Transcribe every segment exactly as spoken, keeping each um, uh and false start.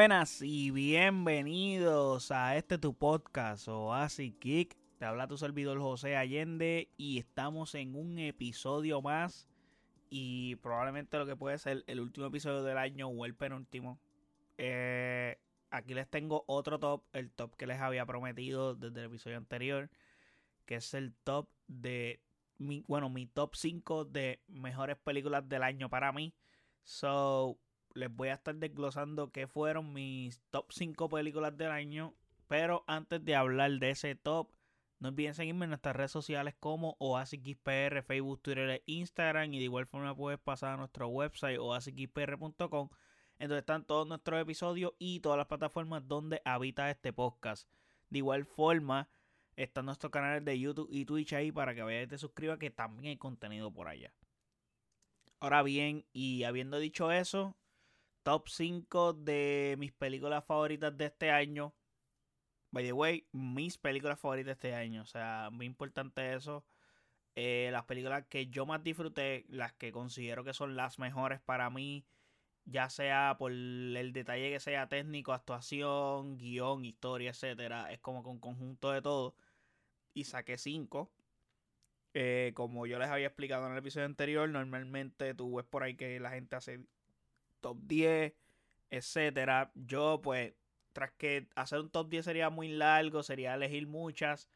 buenas y bienvenidos a este tu podcast Oasis Geek. Te habla tu servidor José Allende y estamos en un episodio más y probablemente lo que puede ser el último episodio del año o el penúltimo. Eh, aquí les tengo otro top, el top que les había prometido desde el episodio anterior, que es el top de mi, bueno, mi top cinco de mejores películas del año para mí. So, les voy a estar desglosando qué fueron mis top cinco películas del año. Pero antes de hablar de ese top, no olviden seguirme en nuestras redes sociales como Oasis Geek P R, Facebook, Twitter e Instagram. Y de igual forma puedes pasar a nuestro website oasis geek p r punto com, en donde están todos nuestros episodios y todas las plataformas donde habita este podcast. De igual forma, están nuestros canales de YouTube y Twitch ahí para que vayas y te suscribas, que también hay contenido por allá. Ahora bien, y habiendo dicho eso, top cinco de mis películas favoritas de este año. By the way, mis películas favoritas de este año. O sea, muy importante eso. Eh, las películas que yo más disfruté, las que considero que son las mejores para mí, ya sea por el detalle que sea técnico, actuación, guión, historia, etcétera. Es como que un conjunto de todo. Y saqué cinco. Eh, como yo les había explicado en el episodio anterior, normalmente tú ves por ahí que la gente hace top diez, etcétera. Yo, pues, tras que hacer un top diez sería muy largo, sería elegir muchas.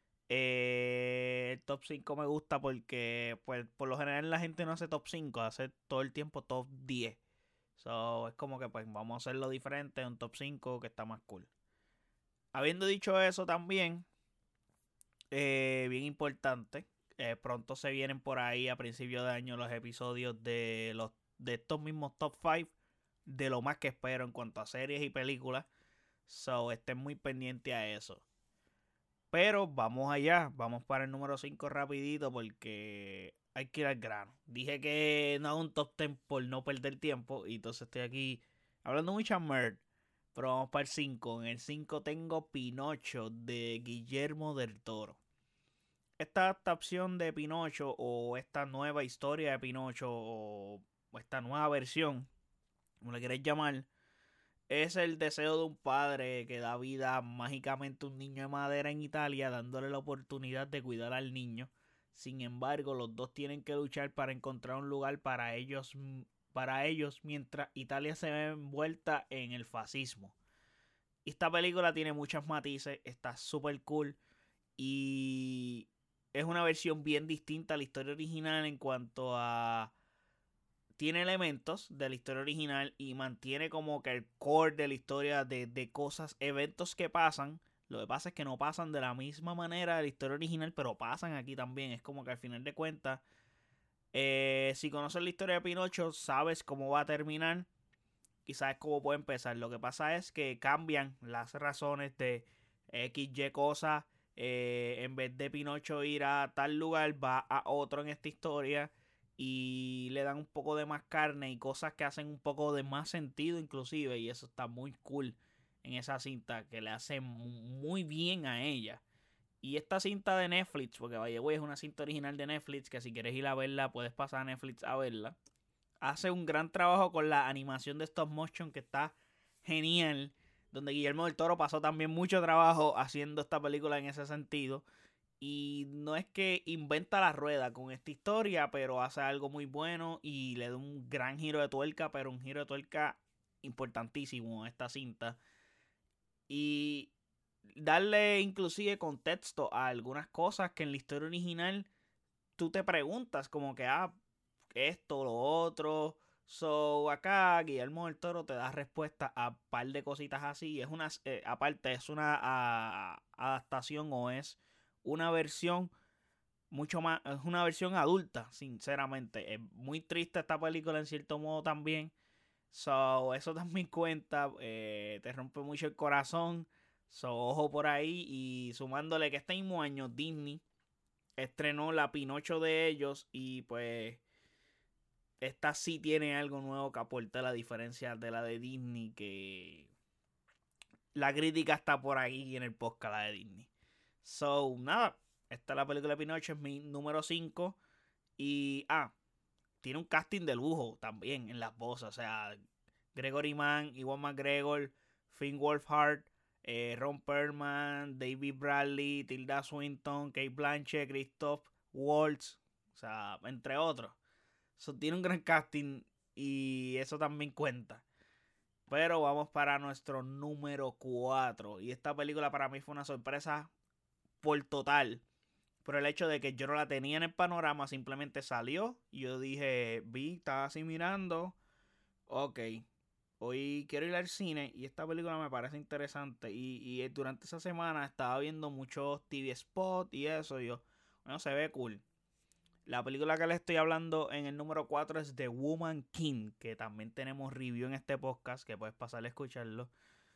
Eh, el top cinco me gusta porque, pues, por lo general la gente no hace top cinco, hace todo el tiempo top diez. So, es como que, pues, vamos a hacerlo diferente, un top cinco que está más cool. Habiendo dicho eso también, eh, bien importante, eh, pronto se vienen por ahí a principio de año los episodios de los de estos mismos top cinco, de lo más que espero en cuanto a series y películas. So, estén muy pendientes a eso. Pero vamos allá, vamos para el número cinco rapidito porque hay que ir al grano. Dije que no hago un top diez por no perder tiempo y entonces estoy aquí hablando mucha merd. Pero vamos para el cinco. En el cinco tengo Pinocho de Guillermo del Toro. Esta adaptación de Pinocho, o esta nueva historia de Pinocho, o, o esta nueva versión, como le queréis llamar, es el deseo de un padre que da vida mágicamente a un niño de madera en Italia, dándole la oportunidad de cuidar al niño. Sin embargo, los dos tienen que luchar para encontrar un lugar para ellos, para ellos mientras Italia se ve envuelta en el fascismo. Esta película tiene muchos matices, está súper cool y es una versión bien distinta a la historia original en cuanto a... Tiene elementos de la historia original y mantiene como que el core de la historia de, de cosas, eventos que pasan. Lo que pasa es que no pasan de la misma manera de la historia original, pero pasan aquí también. Es como que al final de cuentas, eh, si conoces la historia de Pinocho, sabes cómo va a terminar y sabes cómo puede empezar. Lo que pasa es que cambian las razones de X Y cosas. Eh, en vez de Pinocho ir a tal lugar, va a otro en esta historia. Y le dan un poco de más carne y cosas que hacen un poco de más sentido inclusive. Y eso está muy cool en esa cinta, que le hace muy bien a ella. Y esta cinta de Netflix, porque vaya güey, es una cinta original de Netflix, que si quieres ir a verla, puedes pasar a Netflix a verla. Hace un gran trabajo con la animación de stop motion que está genial. Donde Guillermo del Toro pasó también mucho trabajo haciendo esta película en ese sentido. Y no es que inventa la rueda con esta historia, pero hace algo muy bueno y le da un gran giro de tuerca, pero un giro de tuerca importantísimo a esta cinta. Y darle inclusive contexto a algunas cosas que en la historia original tú te preguntas como que, ah, esto, lo otro. So, acá Guillermo del Toro te da respuesta a un par de cositas así. Es una, eh, aparte, es una a, adaptación o es una versión mucho más, es una versión adulta, sinceramente. Es muy triste esta película en cierto modo también. So, eso también cuenta, eh, te rompe mucho el corazón. So, ojo por ahí. Y sumándole que este mismo año Disney estrenó la Pinocho de ellos y pues esta sí tiene algo nuevo que aporta, la diferencia de la de Disney, que la crítica está por ahí en el podcast, la de Disney. So, nada, esta es la película de Pinocho, es mi número cinco. Y, ah, tiene un casting de lujo también en las voces. O sea, Gregory Mann, Iwan McGregor, Finn Wolfhard, eh, Ron Perlman, David Bradley, Tilda Swinton, Kate Blanchett, Christoph Waltz, o sea, entre otros. So, tiene un gran casting y eso también cuenta. Pero vamos para nuestro número cuatro. Y esta película para mí fue una sorpresa por total. Por el hecho de que yo no la tenía en el panorama, simplemente salió. Y yo dije, vi, estaba así mirando. Ok, hoy quiero ir al cine y esta película me parece interesante. Y, y durante esa semana estaba viendo muchos T V Spot y eso. Y yo, bueno, se ve cool. La película que les estoy hablando en el número cuatro es The Woman King, que también tenemos review en este podcast, que puedes pasar a escucharlo.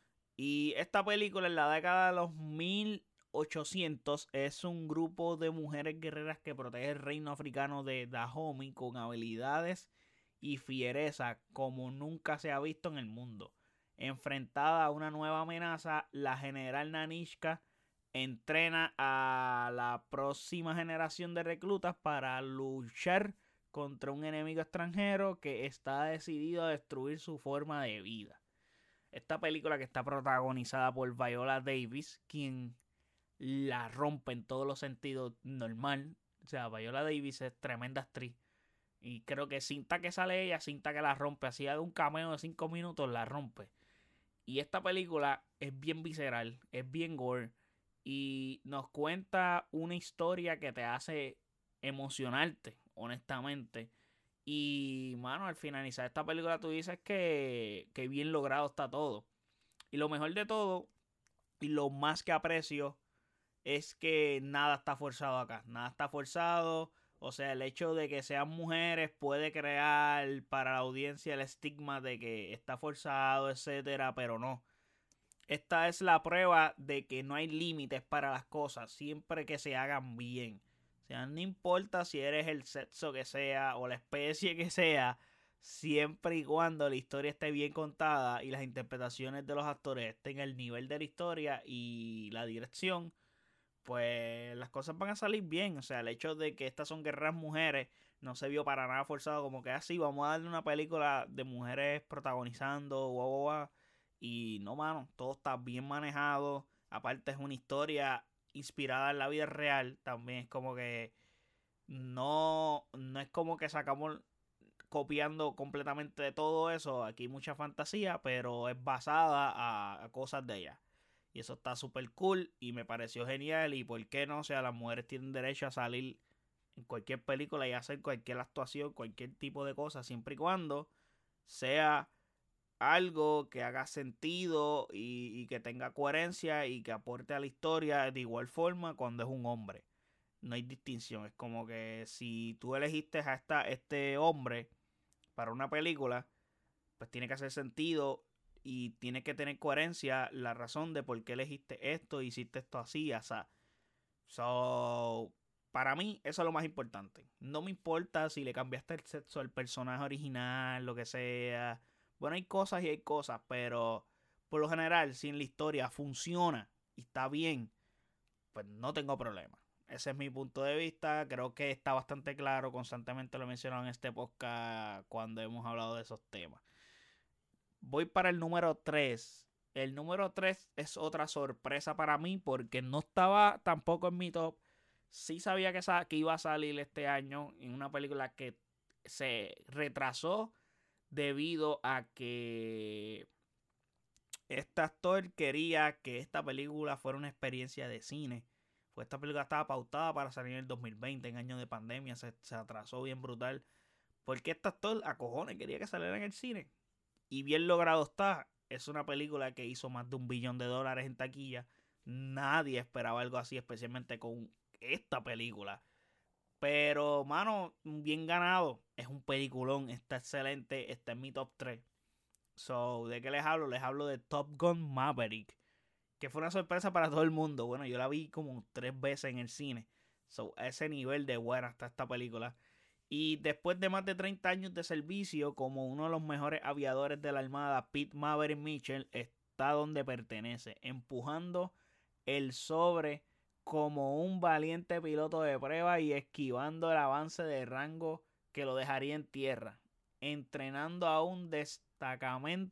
Y esta película en la década de los mil ochocientos es un grupo de mujeres guerreras que protege el reino africano de Dahomey con habilidades y fiereza como nunca se ha visto en el mundo. Enfrentada a una nueva amenaza, la general Nanishka entrena a la próxima generación de reclutas para luchar contra un enemigo extranjero que está decidido a destruir su forma de vida. Esta película, que está protagonizada por Viola Davis, quien la rompe en todos los sentidos normal. O sea, Viola Davis es tremenda actriz. Y creo que cinta que sale ella, cinta que la rompe. Así haga un cameo de cinco minutos, la rompe. Y esta película es bien visceral, es bien gore. Y nos cuenta una historia que te hace emocionarte, honestamente. Y, mano, al finalizar esta película tú dices que, que bien logrado está todo. Y lo mejor de todo, y lo más que aprecio, es que nada está forzado acá. Nada está forzado. O sea, el hecho de que sean mujeres puede crear para la audiencia el estigma de que está forzado, etcétera, pero no. Esta es la prueba de que no hay límites para las cosas, siempre que se hagan bien. O sea, no importa si eres el sexo que sea o la especie que sea, siempre y cuando la historia esté bien contada y las interpretaciones de los actores estén al nivel de la historia y la dirección, pues las cosas van a salir bien. O sea, el hecho de que estas son guerreras mujeres no se vio para nada forzado, como que así, vamos a darle una película de mujeres protagonizando, guau, guau, guau. Y no, mano, todo está bien manejado. Aparte es una historia inspirada en la vida real. También es como que no, no es como que sacamos copiando completamente de todo eso. Aquí hay mucha fantasía, pero es basada a, a cosas de ella. Y eso está súper cool y me pareció genial. Y por qué no, o sea, las mujeres tienen derecho a salir en cualquier película y hacer cualquier actuación, cualquier tipo de cosa, siempre y cuando sea algo que haga sentido y, y que tenga coherencia y que aporte a la historia de igual forma cuando es un hombre. No hay distinción. Es como que si tú elegiste a esta, este hombre para una película, pues tiene que hacer sentido y tiene que tener coherencia la razón de por qué elegiste esto y hiciste esto así, o sea. So, para mí eso es lo más importante. No me importa si le cambiaste el sexo al personaje original, lo que sea. Bueno, hay cosas y hay cosas, pero por lo general, si en la historia funciona y está bien, pues no tengo problema. Ese es mi punto de vista. Creo que está bastante claro. Constantemente lo he mencionado en este podcast cuando hemos hablado de esos temas. Voy para el número tres. El número tres es otra sorpresa para mí porque no estaba tampoco en mi top. Sí sabía que, que iba a salir este año en una película que se retrasó debido a que este actor quería que esta película fuera una experiencia de cine. Pues esta película estaba pautada para salir en el dos mil veinte, en año de pandemia. Se, se atrasó bien brutal. Porque este actor a cojones quería que saliera en el cine. Y bien logrado está. Es una película que hizo más de un billón de dólares en taquilla. Nadie esperaba algo así, especialmente con esta película. Pero, mano, bien ganado. Es un peliculón. Está excelente. Está en mi top tres. So, ¿de qué les hablo? Les hablo de Top Gun Maverick. Que fue una sorpresa para todo el mundo. Bueno, yo la vi como tres veces en el cine. So, a ese nivel de buena está esta película. Y después de más de treinta años de servicio como uno de los mejores aviadores de la Armada, Pete Maverick Mitchell está donde pertenece, empujando el sobre como un valiente piloto de prueba y esquivando el avance de rango que lo dejaría en tierra, entrenando a un destacamento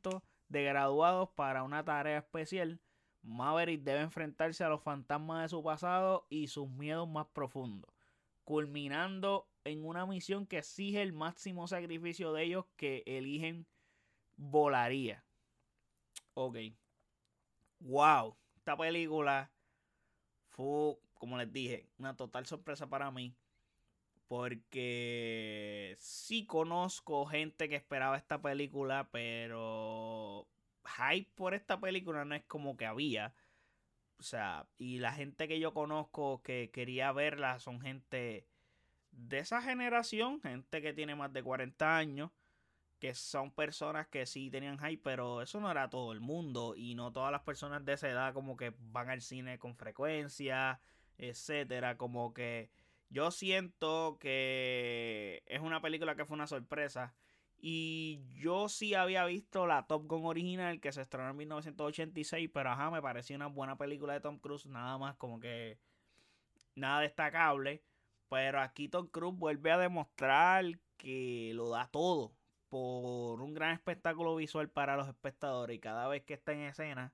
de graduados para una tarea especial. Maverick debe enfrentarse a los fantasmas de su pasado y sus miedos más profundos, culminando en una misión que exige el máximo sacrificio de ellos que eligen volaría. Ok. Wow. Esta película fue, como les dije, una total sorpresa para mí. Porque sí conozco gente que esperaba esta película, pero hype por esta película no es como que había. O sea, y la gente que yo conozco que quería verla son gente de esa generación, gente que tiene más de cuarenta años, que son personas que sí tenían hype, pero eso no era todo el mundo y no todas las personas de esa edad como que van al cine con frecuencia, etcétera, como que yo siento que es una película que fue una sorpresa. Y yo sí había visto la Top Gun original que se estrenó en mil novecientos ochenta y seis, pero ajá, me pareció una buena película de Tom Cruise, nada más como que nada destacable. Pero aquí Tom Cruise vuelve a demostrar que lo da todo por un gran espectáculo visual para los espectadores. Y cada vez que está en escena,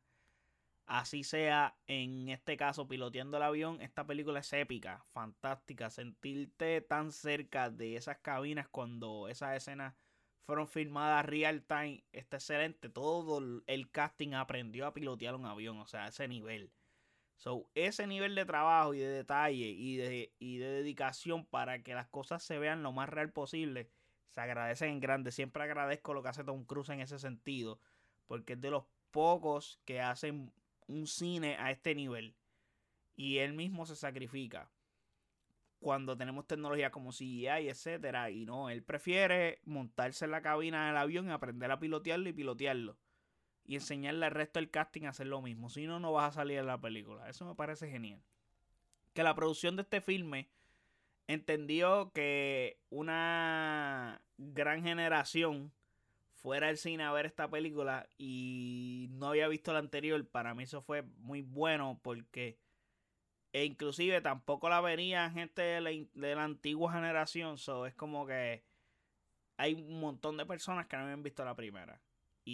así sea en este caso piloteando el avión, esta película es épica, fantástica. Sentirte tan cerca de esas cabinas cuando esas escenas fueron filmadas real time está excelente. Todo el casting aprendió a pilotear un avión, o sea, a ese nivel. So, ese nivel de trabajo y de detalle y de, y de dedicación para que las cosas se vean lo más real posible, se agradece en grande. Siempre agradezco lo que hace Tom Cruise en ese sentido, porque es de los pocos que hacen un cine a este nivel. Y él mismo se sacrifica cuando tenemos tecnología como C G I, etcétera. Y no, él prefiere montarse en la cabina del avión y aprender a pilotearlo y pilotearlo y enseñarle al resto del casting a hacer lo mismo. Si no, no vas a salir en la película. Eso me parece genial. Que la producción de este filme entendió que una gran generación fuera al cine a ver esta película y no había visto la anterior. Para mí eso fue muy bueno porque e inclusive tampoco la verían gente de la, de la antigua generación. So, es como que hay un montón de personas que no habían visto la primera.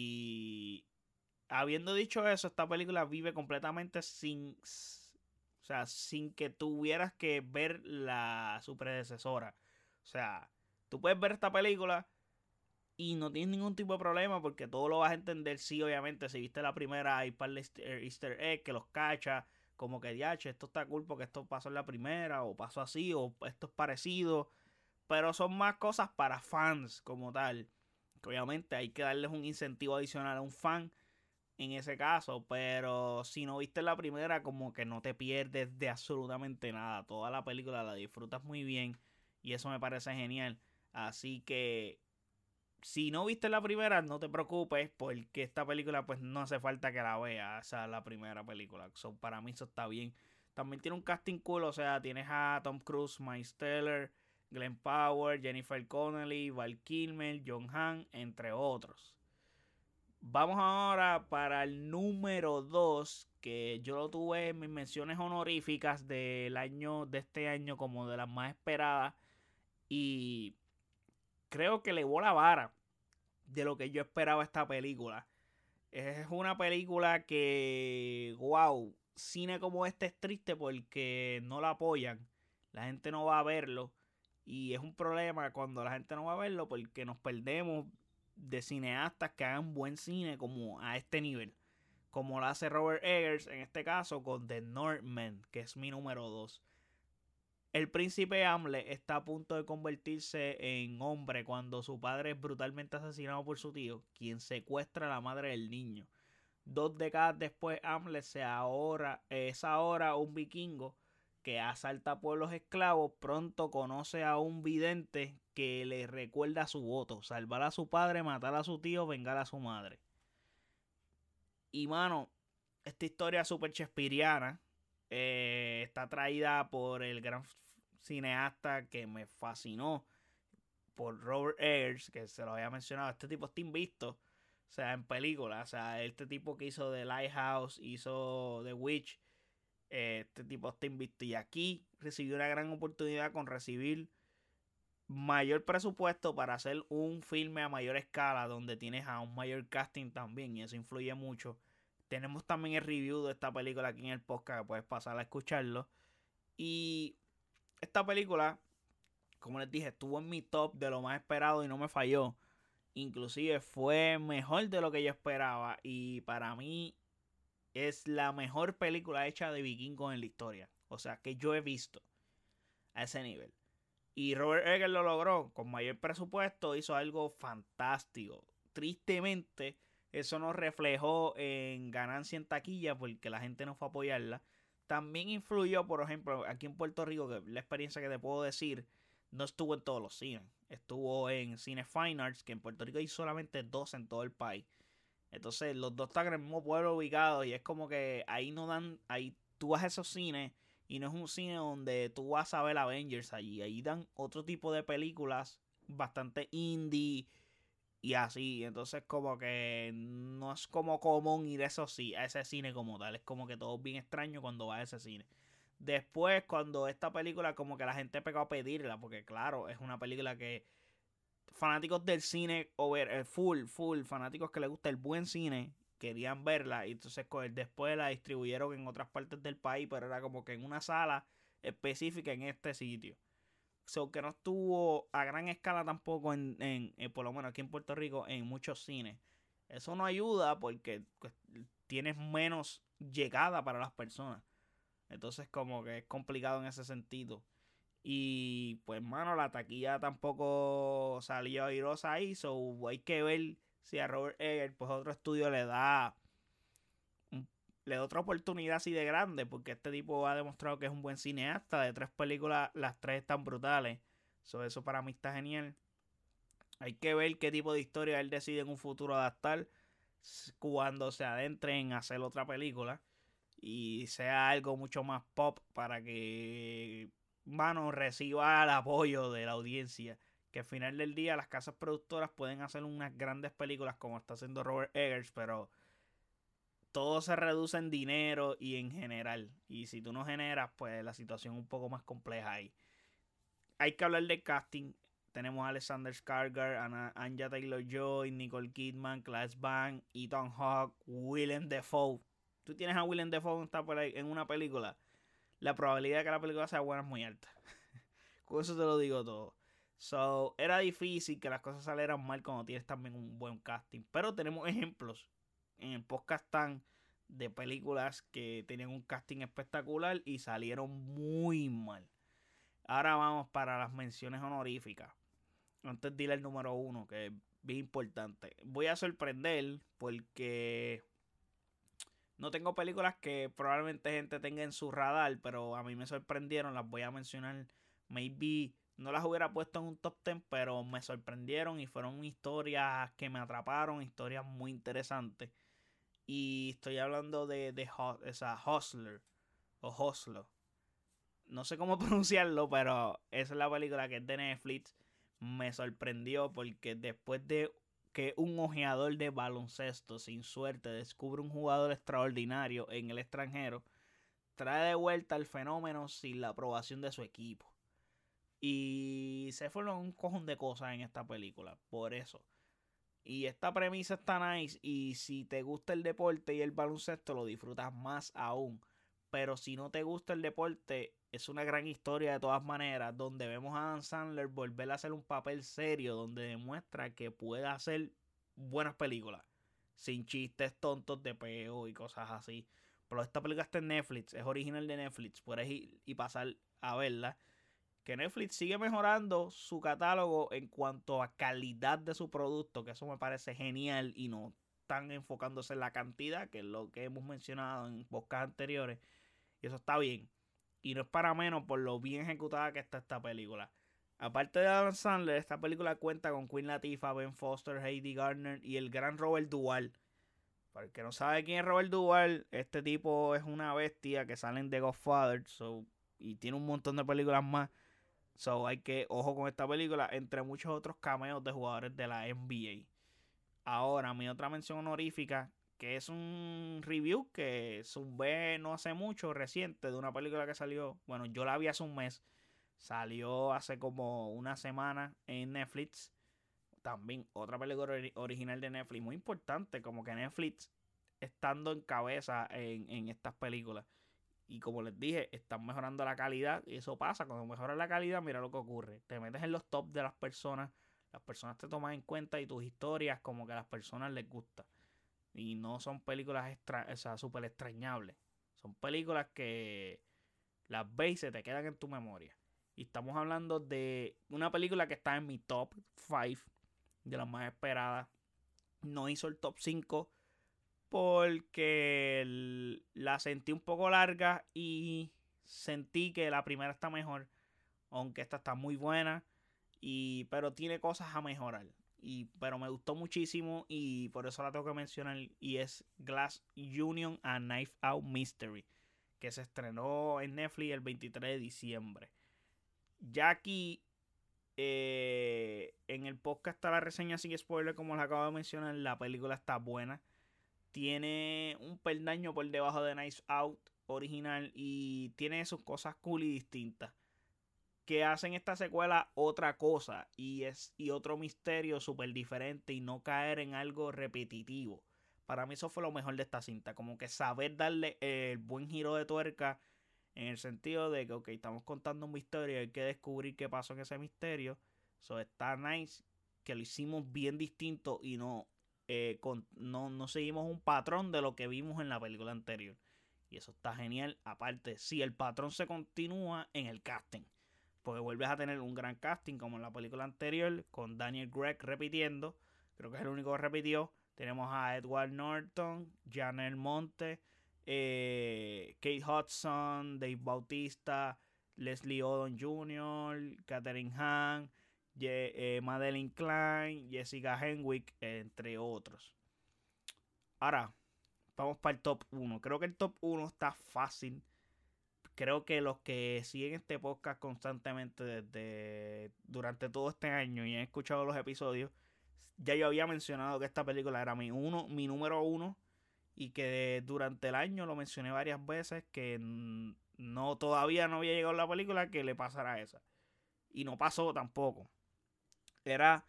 Y habiendo dicho eso, esta película vive completamente sin, o sea, sin que tuvieras que ver la su predecesora. O sea, tú puedes ver esta película y no tienes ningún tipo de problema porque todo lo vas a entender. Sí, obviamente, si viste la primera hay par de easter egg que los cacha, como que ya, esto está cool porque esto pasó en la primera o pasó así o esto es parecido, pero son más cosas para fans como tal. Que obviamente hay que darles un incentivo adicional a un fan en ese caso, pero si no viste la primera, como que no te pierdes de absolutamente nada. Toda la película la disfrutas muy bien y eso me parece genial. Así que si no viste la primera, no te preocupes porque esta película pues no hace falta que la veas. O sea, la primera película. So, para mí eso está bien. También tiene un casting cool, o sea, tienes a Tom Cruise, Miles Teller, Glenn Powell, Jennifer Connelly, Val Kilmer, John Hamm, entre otros. Vamos ahora para el número dos, que yo lo tuve en mis menciones honoríficas del año, de este año, como de las más esperadas. Y creo que elevó la vara de lo que yo esperaba esta película. Es una película que, wow, cine como este es triste porque no la apoyan. La gente no va a verlo. Y es un problema cuando la gente no va a verlo porque nos perdemos de cineastas que hagan buen cine como a este nivel. Como lo hace Robert Eggers en este caso con The Northman, que es mi número dos. El príncipe Hamlet está a punto de convertirse en hombre cuando su padre es brutalmente asesinado por su tío, quien secuestra a la madre del niño. Dos décadas después, Hamlet se ahora, es ahora un vikingo que asalta pueblos esclavos. Pronto conoce a un vidente que le recuerda su voto: salvar a su padre, matar a su tío, vengar a su madre. Y mano, esta historia súper chespiriana eh, está traída por el gran cineasta que me fascinó, por Robert Eggers, que se lo había mencionado. Este tipo está invisto, o sea, en películas. O sea, este tipo que hizo The Lighthouse, hizo The Witch, eh, este tipo está invisto. Y aquí recibió una gran oportunidad con recibir mayor presupuesto para hacer un filme a mayor escala donde tienes a un mayor casting también y eso influye mucho. Tenemos también el review de esta película aquí en el podcast que puedes pasar a escucharlo. Y esta película, como les dije, estuvo en mi top de lo más esperado y no me falló. Inclusive fue mejor de lo que yo esperaba y para mí es la mejor película hecha de vikingos en la historia. O sea, que yo he visto a ese nivel. Y Robert Eggers lo logró. Con mayor presupuesto hizo algo fantástico. Tristemente, eso no reflejó en ganancia en taquilla porque la gente no fue a apoyarla. También influyó, por ejemplo, aquí en Puerto Rico, que la experiencia que te puedo decir, no estuvo en todos los cines. Estuvo en Cine Fine Arts, que en Puerto Rico hay solamente dos en todo el país. Entonces, los dos están en el mismo pueblo ubicado y es como que ahí no dan, ahí tú vas a esos cines y no es un cine donde tú vas a ver Avengers allí. Ahí dan otro tipo de películas bastante indie y así. Entonces, como que no es como común ir a esos, sí, a ese cine como tal. Es como que todo es bien extraño cuando vas a ese cine. Después, cuando esta película, como que la gente pegó a pedirla, porque claro, es una película que fanáticos del cine, over, eh, full, full, fanáticos que les gusta el buen cine, querían verla y entonces después la distribuyeron en otras partes del país, pero era como que en una sala específica en este sitio. So que no estuvo a gran escala tampoco en, en, en, por lo menos aquí en Puerto Rico, en muchos cines. Eso no ayuda porque pues, tienes menos llegada para las personas. Entonces como que es complicado en ese sentido. Y pues, mano, la taquilla tampoco salió airosa ahí. So hay que ver si a Robert Eggers, pues otro estudio le da un- le da otra oportunidad así de grande. Porque este tipo ha demostrado que es un buen cineasta. De tres películas, las tres están brutales. So, eso para mí está genial. Hay que ver qué tipo de historia él decide en un futuro adaptar cuando se adentre en hacer otra película y sea algo mucho más pop para que, mano, reciba el apoyo de la audiencia. Que al final del día las casas productoras pueden hacer unas grandes películas como está haciendo Robert Eggers, pero todo se reduce en dinero y en general. Y si tú no generas, pues la situación es un poco más compleja ahí. Hay que hablar de casting. Tenemos a Alexander Skarsgård, Anya Taylor-Joy, Nicole Kidman, Claes Bang, Ethan Hawke, Willem Dafoe. Tú tienes a Willem Dafoe en una película, la probabilidad de que la película sea buena es muy alta. Con eso te lo digo todo. So, era difícil que las cosas salieran mal cuando tienes también un buen casting. Pero tenemos ejemplos en el podcast tan de películas que tenían un casting espectacular y salieron muy mal. Ahora vamos para las menciones honoríficas. Antes de ir al número uno, que es bien importante. Voy a sorprender porque no tengo películas que probablemente gente tenga en su radar, pero a mí me sorprendieron. Las voy a mencionar. Maybe no las hubiera puesto en un top diez, pero me sorprendieron y fueron historias que me atraparon, historias muy interesantes. Y estoy hablando de, de esa Hustler o Hustler. No sé cómo pronunciarlo, pero esa es la película que es de Netflix. Me sorprendió porque después de que un ojeador de baloncesto sin suerte descubre un jugador extraordinario en el extranjero, trae de vuelta el fenómeno sin la aprobación de su equipo. Y se fueron un cojón de cosas en esta película, por eso. Y esta premisa está nice y si te gusta el deporte y el baloncesto lo disfrutas más aún. Pero si no te gusta el deporte, es una gran historia de todas maneras, donde vemos a Adam Sandler volver a hacer un papel serio, donde demuestra que puede hacer buenas películas, sin chistes tontos de peo y cosas así. Pero esta película está en Netflix, es original de Netflix, puedes ir y pasar a verla. Que Netflix sigue mejorando su catálogo en cuanto a calidad de su producto, que eso me parece genial y no están enfocándose en la cantidad, que es lo que hemos mencionado en podcasts anteriores. Y eso está bien. Y no es para menos por lo bien ejecutada que está esta película. Aparte de Adam Sandler, esta película cuenta con Queen Latifah, Ben Foster, Heidi Gardner y el gran Robert Duvall. Para el que no sabe quién es Robert Duvall, este tipo es una bestia que sale en The Godfather, so, y tiene un montón de películas más. So hay que, ojo con esta película, entre muchos otros cameos de jugadores de la N B A. Ahora, mi otra mención honorífica, que es un review que zumbé no hace mucho, reciente, de una película que salió, bueno, yo la vi hace un mes, Salió hace como una semana en Netflix. También otra película ori- original de Netflix. Muy importante, como que Netflix estando en cabeza en, en estas películas. Y como les dije, están mejorando la calidad. Y eso pasa, cuando mejoras la calidad, mira lo que ocurre. Te metes en los top de las personas. Las personas te toman en cuenta y tus historias como que a las personas les gusta. Y no son películas extra, o sea, súper extrañables. Son películas que las ves y se te quedan en tu memoria. Y estamos hablando de una película que está en mi top cinco de las más esperadas. No hizo el top cinco porque el- la sentí un poco larga y sentí que la primera está mejor, aunque esta está muy buena, y pero tiene cosas a mejorar. Y, pero me gustó muchísimo y por eso la tengo que mencionar, y es Glass Union a Knife Out Mystery, que se estrenó en Netflix el veintitrés de diciembre. Ya aquí eh, en el podcast está la reseña sin spoiler, como les acabo de mencionar. La película está buena. Tiene un peldaño por debajo de Nice Out original y tiene sus cosas cool y distintas que hacen esta secuela otra cosa y es y otro misterio súper diferente y no caer en algo repetitivo. Para mí eso fue lo mejor de esta cinta, como que saber darle el buen giro de tuerca en el sentido de que, ok, estamos contando un misterio y hay que descubrir qué pasó en ese misterio. So está nice que lo hicimos bien distinto y no, eh, con, no, no seguimos un patrón de lo que vimos en la película anterior. Y eso está genial. Aparte, si el patrón se continúa en el casting, porque vuelves a tener un gran casting como en la película anterior, con Daniel Craig repitiendo. Creo que es el único que repitió. Tenemos a Edward Norton, Janelle Monte, eh, Kate Hudson, Dave Bautista, Leslie Odom junior, Katherine Hahn, Ye- eh, Madeline Klein, Jessica Henwick, entre otros. Ahora, vamos para el top uno. Creo que el top uno está fácil. Creo que los que siguen este podcast constantemente desde durante todo este año y han escuchado los episodios, ya yo había mencionado que esta película era mi uno, mi número uno, y que durante el año lo mencioné varias veces que no todavía no había llegado la película que le pasara esa. Y no pasó tampoco. Era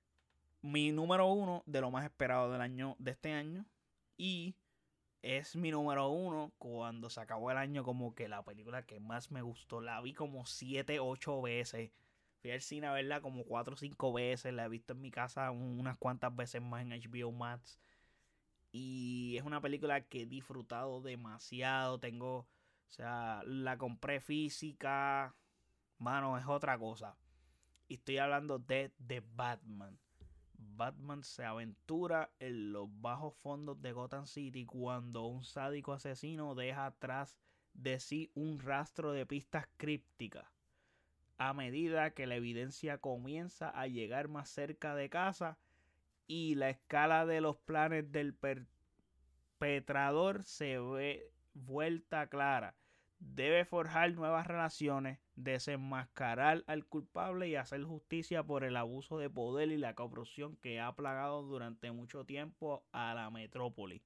mi número uno de lo más esperado del año de este año. Y es mi número uno cuando se acabó el año, como que la película que más me gustó. La vi como siete, ocho veces. Fui al cine a verla como cuatro o cinco veces. La he visto en mi casa unas cuantas veces más en H B O Max. Y es una película que he disfrutado demasiado. Tengo, o sea, la compré física. Mano, es otra cosa. Y estoy hablando de The Batman. Batman se aventura en los bajos fondos de Gotham City cuando un sádico asesino deja atrás de sí un rastro de pistas crípticas. A medida que la evidencia comienza a llegar más cerca de casa y la escala de los planes del perpetrador se ve vuelta clara. Debe forjar nuevas relaciones, desenmascarar al culpable y hacer justicia por el abuso de poder y la corrupción que ha plagado durante mucho tiempo a la metrópoli.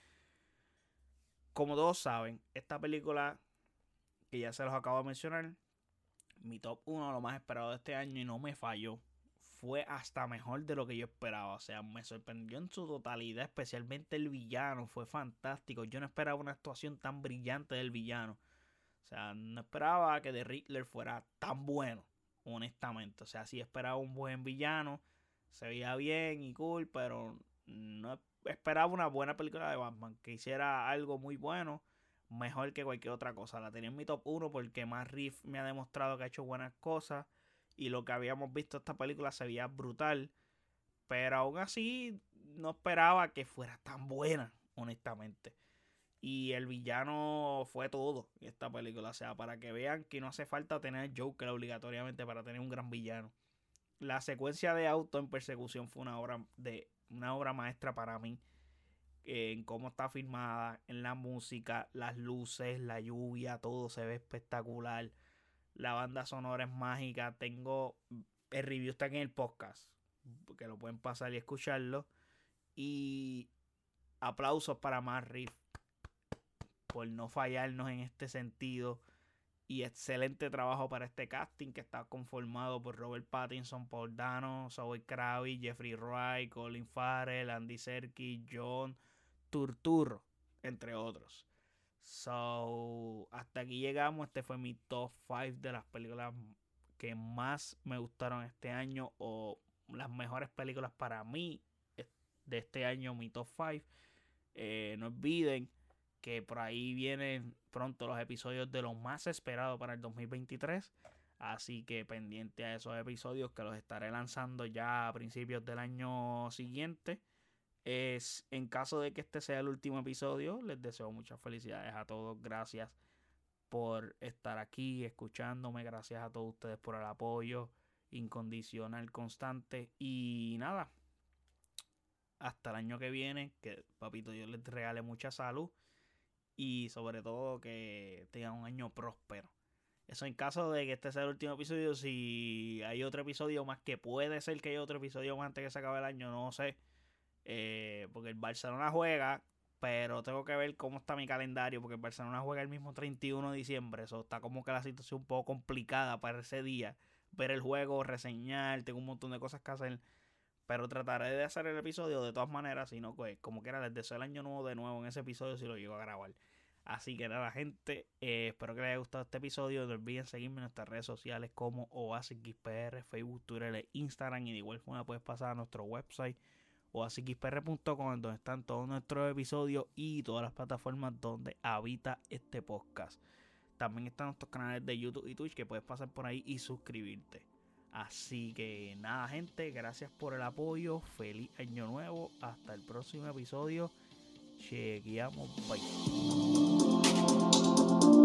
Como todos saben, esta película, que ya se los acabo de mencionar, mi top uno, lo más esperado de este año y no me falló. Fue hasta mejor de lo que yo esperaba. O sea, me sorprendió en su totalidad, especialmente el villano. Fue fantástico. Yo no esperaba una actuación tan brillante del villano. O sea, no esperaba que The Riddler fuera tan bueno, honestamente. O sea, sí esperaba un buen villano, se veía bien y cool, pero no esperaba una buena película de Batman, que hiciera algo muy bueno, mejor que cualquier otra cosa. La tenía en mi top uno porque Matt Reeves me ha demostrado que ha hecho buenas cosas y lo que habíamos visto en esta película se veía brutal, pero aún así no esperaba que fuera tan buena, honestamente. Y el villano fue todo en esta película. O sea, para que vean que no hace falta tener Joker obligatoriamente para tener un gran villano. La secuencia de auto en persecución fue una obra de una obra maestra para mí. Eh, en cómo está filmada, en la música, las luces, la lluvia, todo se ve espectacular. La banda sonora es mágica. Tengo el review está aquí en el podcast, que lo pueden pasar y escucharlo. Y aplausos para Matt Reeves por no fallarnos en este sentido. Y excelente trabajo para este casting que está conformado por Robert Pattinson, Paul Dano, Zoe Kravitz, Jeffrey Wright, Colin Farrell, Andy Serkis, John Turturro, entre otros. So, hasta aquí llegamos. Este fue mi top cinco de las películas que más me gustaron este año, o las mejores películas para mí de este año, mi top cinco. Eh, no olviden que por ahí vienen pronto los episodios de lo más esperado para el dos mil veintitrés. Así que pendiente a esos episodios, que los estaré lanzando ya a principios del año siguiente. Es, en caso de que este sea el último episodio, les deseo muchas felicidades a todos. Gracias por estar aquí escuchándome. Gracias a todos ustedes por el apoyo incondicional, constante. Y nada, hasta el año que viene, que papito Dios les regale mucha salud y sobre todo que tengan un año próspero. Eso en caso de que este sea el último episodio. Si hay otro episodio más, que puede ser que haya otro episodio más antes que se acabe el año, no sé, eh, porque el Barcelona juega, pero tengo que ver cómo está mi calendario, porque el Barcelona juega el mismo treinta y uno de diciembre. Eso está como que la situación un poco complicada para ese día, ver el juego, reseñar, tengo un montón de cosas que hacer. Pero trataré de hacer el episodio de todas maneras. Si no, pues como quiera, les deseo el año nuevo de nuevo en ese episodio si lo llego a grabar. Así que nada, gente, eh, espero que les haya gustado este episodio. No olviden seguirme en nuestras redes sociales como OasisXPR, Facebook, Twitter e Instagram. Y de igual forma puedes pasar a nuestro website oasisxpr punto com, donde están todos nuestros episodios y todas las plataformas donde habita este podcast. También están nuestros canales de YouTube y Twitch, que puedes pasar por ahí y suscribirte. Así que nada, gente, gracias por el apoyo. Feliz año nuevo. Hasta el próximo episodio. Chequeamos. Bye.